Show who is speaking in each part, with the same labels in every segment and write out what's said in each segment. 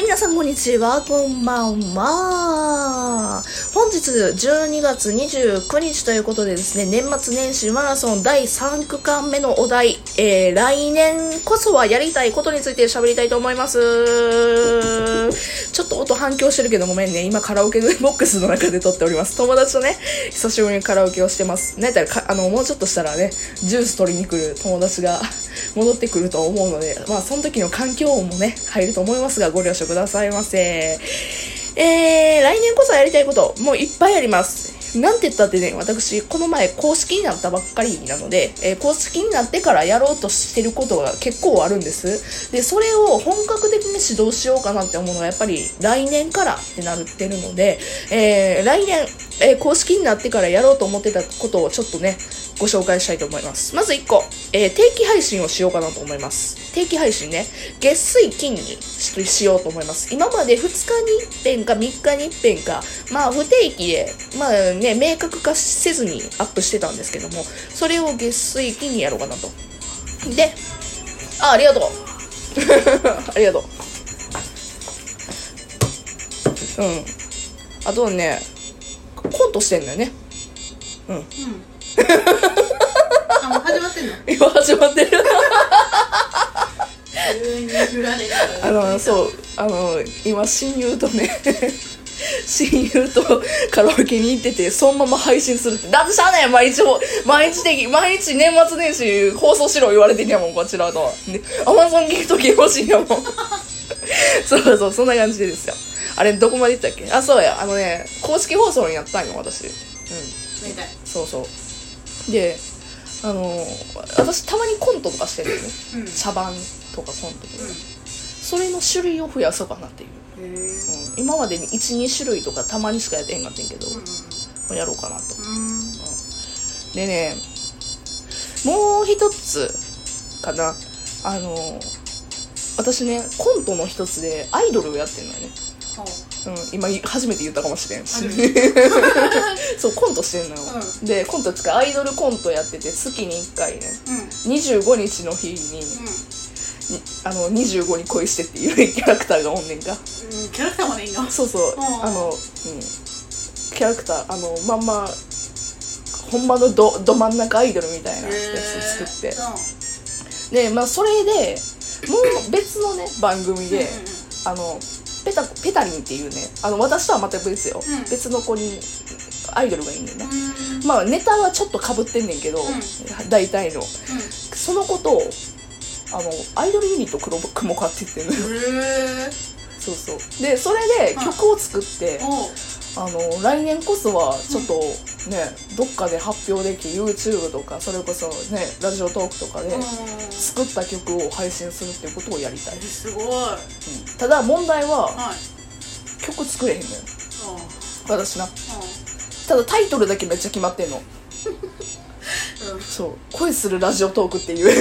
Speaker 1: 、皆さんこんにちは、こんばんは。本日12月29日ということでですね、年末年始マラソン第3区間目のお題、来年こそはやりたいことについて喋りたいと思います。ちょっと音反響してるけどごめんね。今カラオケボックスの中で撮っております。友達とね、久しぶりにカラオケをしてます。なんやったらもうちょっとしたらね、ジュース取りに来る友達が戻ってくると思うので、まあその時の環境音もね、入ると思いますが、ご了承くださいませ。来年こそやりたいこと、もういっぱいあります。なんて言ったってね、私、この前公式になったばっかりなので、公式になってからやろうとしてることが結構あるんです。で、それを本格的に指導しようかなって思うのが、やっぱり来年からってなってるので、来年、公式になってからやろうと思ってたことをちょっとね、ご紹介したいと思います。まず1個、定期配信をしようかなと思います。定期配信ね、月水金にしようと思います。今まで2日に1遍か3日に1遍か、まあ不定期で、まあね、明確化せずにアップしてたんですけども、それを月水金にやろうかなと。で、ありがとう。ありがとう。うん。あとね、コントしてんだよね。うん。もう
Speaker 2: 始まってんの？
Speaker 1: 今始まってる。そう、今親友とカラオケに行ってて、そのまま配信するって。だってしゃあないやん、毎日年末年始放送しろ言われてんやもん、こちらと。で、Amazon ギフト券欲しいんやもん。そう、そんな感じでですよ。あれ、どこまで行ったっけ？あ、そうや、公式放送にやったんよ、私。うん。そう。で、私たまにコントとかしてるよね。茶番とかコントとか。それの種類を増やそうかなっていう。今までに 1,2 種類とかたまにしかやってへんかったんけど、やろうかなと。でね、もう一つかな。私ね、コントの一つでアイドルをやってんのよね。今初めて言ったかもしれんしそうコントしてんのよ、でコントつかアイドルコントやってて月に1回ね、25日の日に、25に恋してっていうキャラクターがおんねんか。
Speaker 2: キャラクターまでいいの？
Speaker 1: そうキャラクターまんまほんまのど真ん中アイドルみたいなやつ作って、でまあそれでもう別のね番組でペタリンっていうね、私とは全く別よ、別の子にアイドルがいいんだよね。まあネタはちょっと被ってんねんけど、大体の、その子とアイドルユニット雲かって言ってんのよ。そうでそれで曲を作って、来年こそはちょっとね、どっかで発表でき YouTube とかそれこそねラジオトークとかで作った曲を配信するっていうことをやりたい。
Speaker 2: すごい。
Speaker 1: ただ問題は、曲作れへんのよ、私な。ただタイトルだけめっちゃ決まってんの。そう恋するラジオトークっていう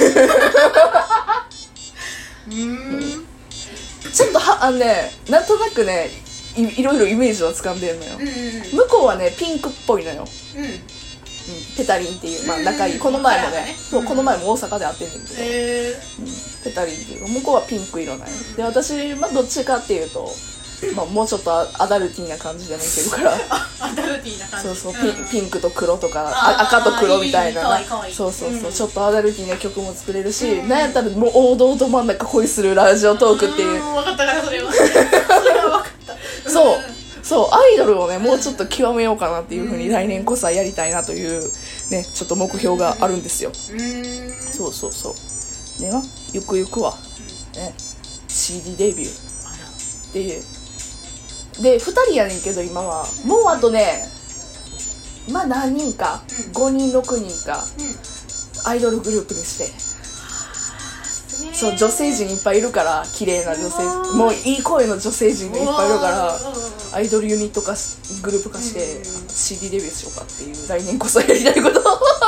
Speaker 1: ちょっとなんとなくねいろいろイメージは掴んでるのよ、向こうはねピンクっぽいのよ、ペタリンっていう、まあ仲いい、この前もね、この前も大阪で会ってんねんけど、ペタリンっていう向こうはピンク色なんよ。で私どっちかっていうと、まあ、もうちょっとアダルティーな感じでもいけるから
Speaker 2: アダルティーな感じ。
Speaker 1: ピンクと黒とか赤と黒みたいな、そうちょっとアダルティーな曲も作れるし、なんやったらもう王道ど真ん中恋するラジオトークっていう。
Speaker 2: 分かったからそれは分かった。
Speaker 1: そうアイドルをねもうちょっと極めようかなっていう風に来年こそはやりたいなというねちょっと目標があるんですよ。そうではゆくゆくは、ね、CD デビューで2人やねんけど今はもうあとねまあ何人か、5人6人か、アイドルグループにして、そう女性陣いっぱいいるから、綺麗な女性、もういい声の女性陣がいっぱいいるから、アイドルユニット化グループ化して、CD デビューしようかっていう来年こそやりたいこと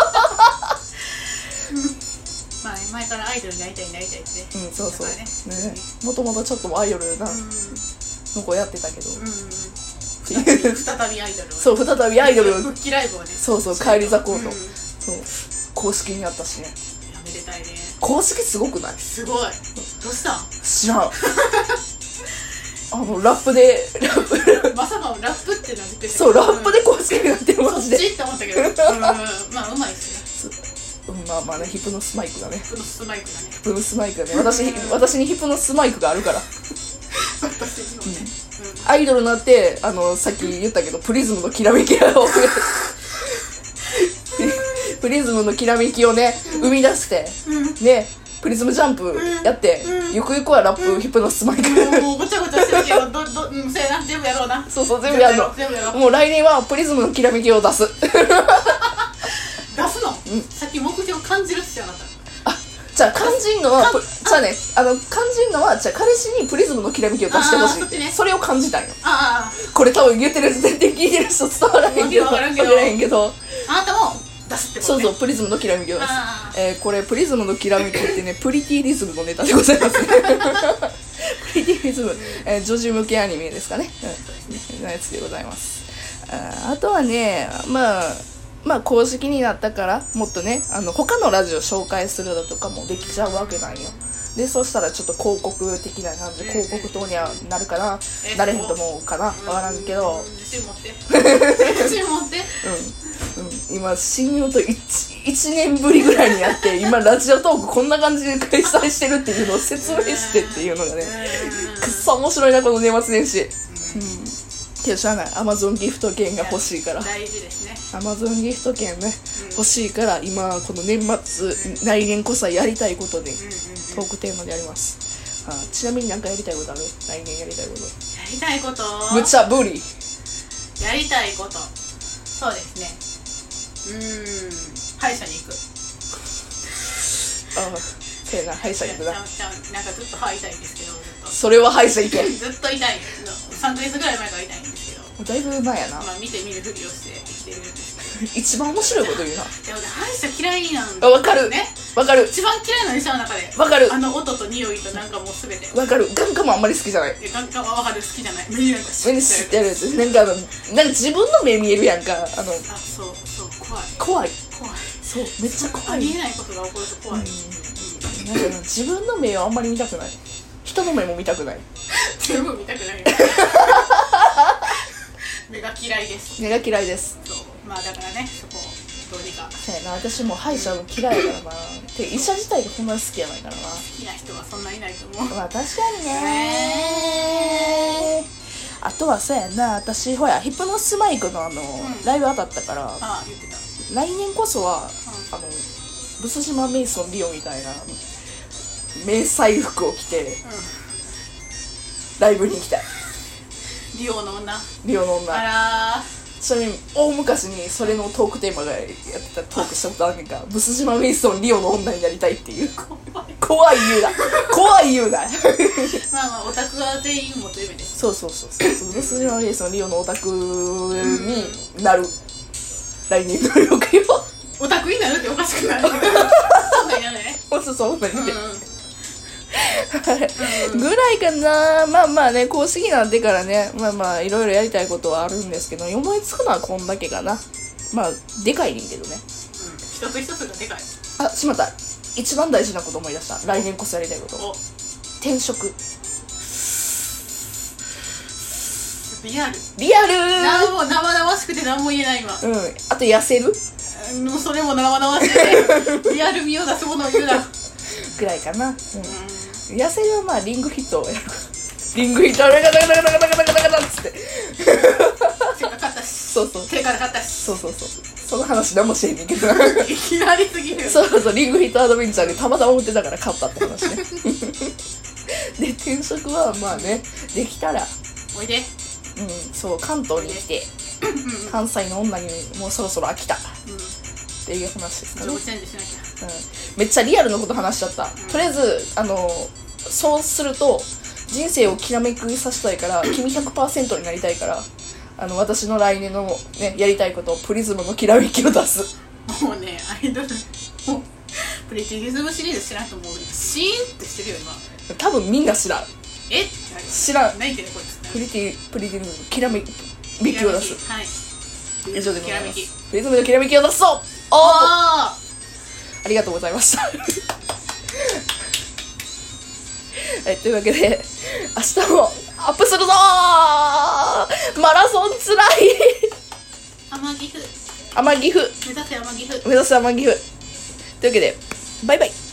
Speaker 2: まあ前からアイドルになりたいってね。
Speaker 1: そうね、もともとちょっとアイドルの子やってたけど、
Speaker 2: 再びアイドルを、
Speaker 1: そう再びアイドル
Speaker 2: 復帰ライブをね、
Speaker 1: そう帰り咲こうと、そう公式にやったしね。
Speaker 2: めでたいね。
Speaker 1: 公式すごくない？
Speaker 2: すごい。どうしたん？
Speaker 1: 知らん。 ラップで
Speaker 2: まさかラップっていうのはびっくりした。
Speaker 1: そうラップで公式になってるマジで
Speaker 2: そっちって思ったけど、まあうまいですね。
Speaker 1: まあまあね、ヒプノスマイクがね、
Speaker 2: ヒプノスマイクだね。
Speaker 1: ヒプノスマイクがね、私にヒプノスマイクがあるから
Speaker 2: 私のね、
Speaker 1: アイドルになってさっき言ったけどプリズムのきらめきをプリズムのきらめきをね生み出してね、プリズムジャンプやってゆくゆくはラップヒプノスマイク
Speaker 2: もうごちゃごちゃしてるけど、せやな、全部やろうな。
Speaker 1: そう全部やるの。
Speaker 2: 全部やろう。
Speaker 1: もう来年はプリズムのきらめきを出す
Speaker 2: 出すの？さっき目標感じるって言ってなかった。
Speaker 1: じゃあ肝心のはじゃあね肝心のはじゃあ彼氏にプリズムのきらめきを出してほしいって、それを感じたんよ。これ多分言ってるやつ全然聞いてる人伝わらへんけど
Speaker 2: 分からへんけ
Speaker 1: ど、
Speaker 2: あなたも出すってことね。
Speaker 1: そうプリズムのきらめきを出す。これプリズムのきらめきってねプリティリズムのネタでございますねプリティリズム、女児向けアニメですかね、のやつでございます。あとはねまあ公式になったからもっとね他のラジオ紹介するだとかもできちゃうわけなんよ。でそしたらちょっと広告的な感じ、広告塔にはなるかな、なれへんと思うかな、わからんけど、
Speaker 2: 自信持って自信持って
Speaker 1: 今親友と 1年ぶりぐらいにやって今ラジオトークこんな感じで開催してるっていうのを説明してっていうのがねくっそ面白いなこの年末年始。けどしゃあない、アマゾンギフト券が欲しいから、
Speaker 2: 大事ですね。
Speaker 1: アマゾンギフト券ね、欲しいから今この年末来年こそはやりたいことで、トークテーマでやります。ちなみに何かやりたいことある？来年やりたいこと。
Speaker 2: やりたいこと？
Speaker 1: むちゃぶり。
Speaker 2: やりたいこと。そうですね。歯医者に行く。
Speaker 1: そうやな、歯医者行くな。
Speaker 2: なんかずっと歯痛いんですけど、
Speaker 1: それは歯医者行け。
Speaker 2: ずっと痛い。3ヶ月ぐらい前から痛いんですけど。
Speaker 1: だいぶ前やな。
Speaker 2: 見て見るふりをして生きてるんですけど。
Speaker 1: 一番面白いこと言うな。
Speaker 2: でも歯医者嫌いなんだ。
Speaker 1: わかる。わかる。
Speaker 2: 一番嫌いな医者の中で。
Speaker 1: わかる。
Speaker 2: 音と匂いとなんかもうすべて。
Speaker 1: わかる。眼科もあんまり好きじゃない。
Speaker 2: 眼科はわかる、好きじゃない。目
Speaker 1: に知ってるやつ。なんか自分の目見えるやんか。
Speaker 2: そう、
Speaker 1: 怖い。
Speaker 2: 怖い。
Speaker 1: そう、めっちゃ怖い。
Speaker 2: ありえないことが起こると怖い。
Speaker 1: なんか自分の目をあんまり見たくない。人の目も見たくない。
Speaker 2: 全部見たくない。目が嫌いです。
Speaker 1: 目が嫌いです。
Speaker 2: そう、だからね、そこをどうにか。
Speaker 1: そうやな、私も歯医者嫌いだからな。て医者自体がこんなに好きやないからな。好
Speaker 2: きな人はそんないないと思う。
Speaker 1: 確かにね。あとはそうやな、私ほらヒプノスマイクのライブ当たったから、
Speaker 2: 言ってた。
Speaker 1: 来年こそはブス島メイソンリオみたいな迷彩服を着て、ライブに行きたい。
Speaker 2: リオの女。
Speaker 1: あらちなみに大昔にそれのトークテーマがやってたトークしたことあるねんか。ブス島メイソンリオの女になりたいっていう。怖い言うな。
Speaker 2: オタクは全員持つ夢です。
Speaker 1: そうブス島メイソンリオのオタクになる。来年の了解を
Speaker 2: オタクになるっておかしくない？そんなんやね。
Speaker 1: そうなんでぐらいかな。まあね、公式になってからね、いろいろやりたいことはあるんですけど、思いつくのはこんだけかな。でかいねんけどね。
Speaker 2: 一つ一つがでかい。
Speaker 1: しまった。一番大事なこと思い出した。来年こそやりたいこと。転職。
Speaker 2: リアル。もう生々しくて何も言えない今。
Speaker 1: あと痩せる。
Speaker 2: それも生々しくてリアル味を出すものを言うな。
Speaker 1: ぐらいかな。痩せるはリングヒットをやる。リングヒットガタガタっつって。
Speaker 2: 手が勝ったし。
Speaker 1: そう。
Speaker 2: 手から勝ったし。
Speaker 1: そう。その話何もしてへんねんけど。
Speaker 2: いきなりすぎる。
Speaker 1: そうリングヒットアドベンチャーでたまたま持ってたから勝ったって話ね。で転職はできたら
Speaker 2: おいで。
Speaker 1: そう関東に来て関西の女にもうそろそろ飽きたっていう話ですかね。
Speaker 2: チェンジしなきゃ。
Speaker 1: めっちゃリアルなこと話しちゃった。とりあえずそうすると人生をきらめくさせたいから君 100% になりたいから私の来年のねやりたいことをプリズムのきらめきを出す。
Speaker 2: もうねアイドルもうプリティリズムシリーズ知らん人もシーンってしてるよ今。
Speaker 1: 多分みんな知らん。知らん。
Speaker 2: 何言ってんのこいつ。
Speaker 1: プリティリズムきらめきを出す。
Speaker 2: はい。
Speaker 1: 以上でございます。プリズムのきらめきを出そう。ありがとうございました。というわけで明日もアップするぞー。マラソンつらい。
Speaker 2: 天岐阜
Speaker 1: 天岐阜
Speaker 2: 目指せ天岐阜。
Speaker 1: 目指す天岐阜というわけでバイバイ。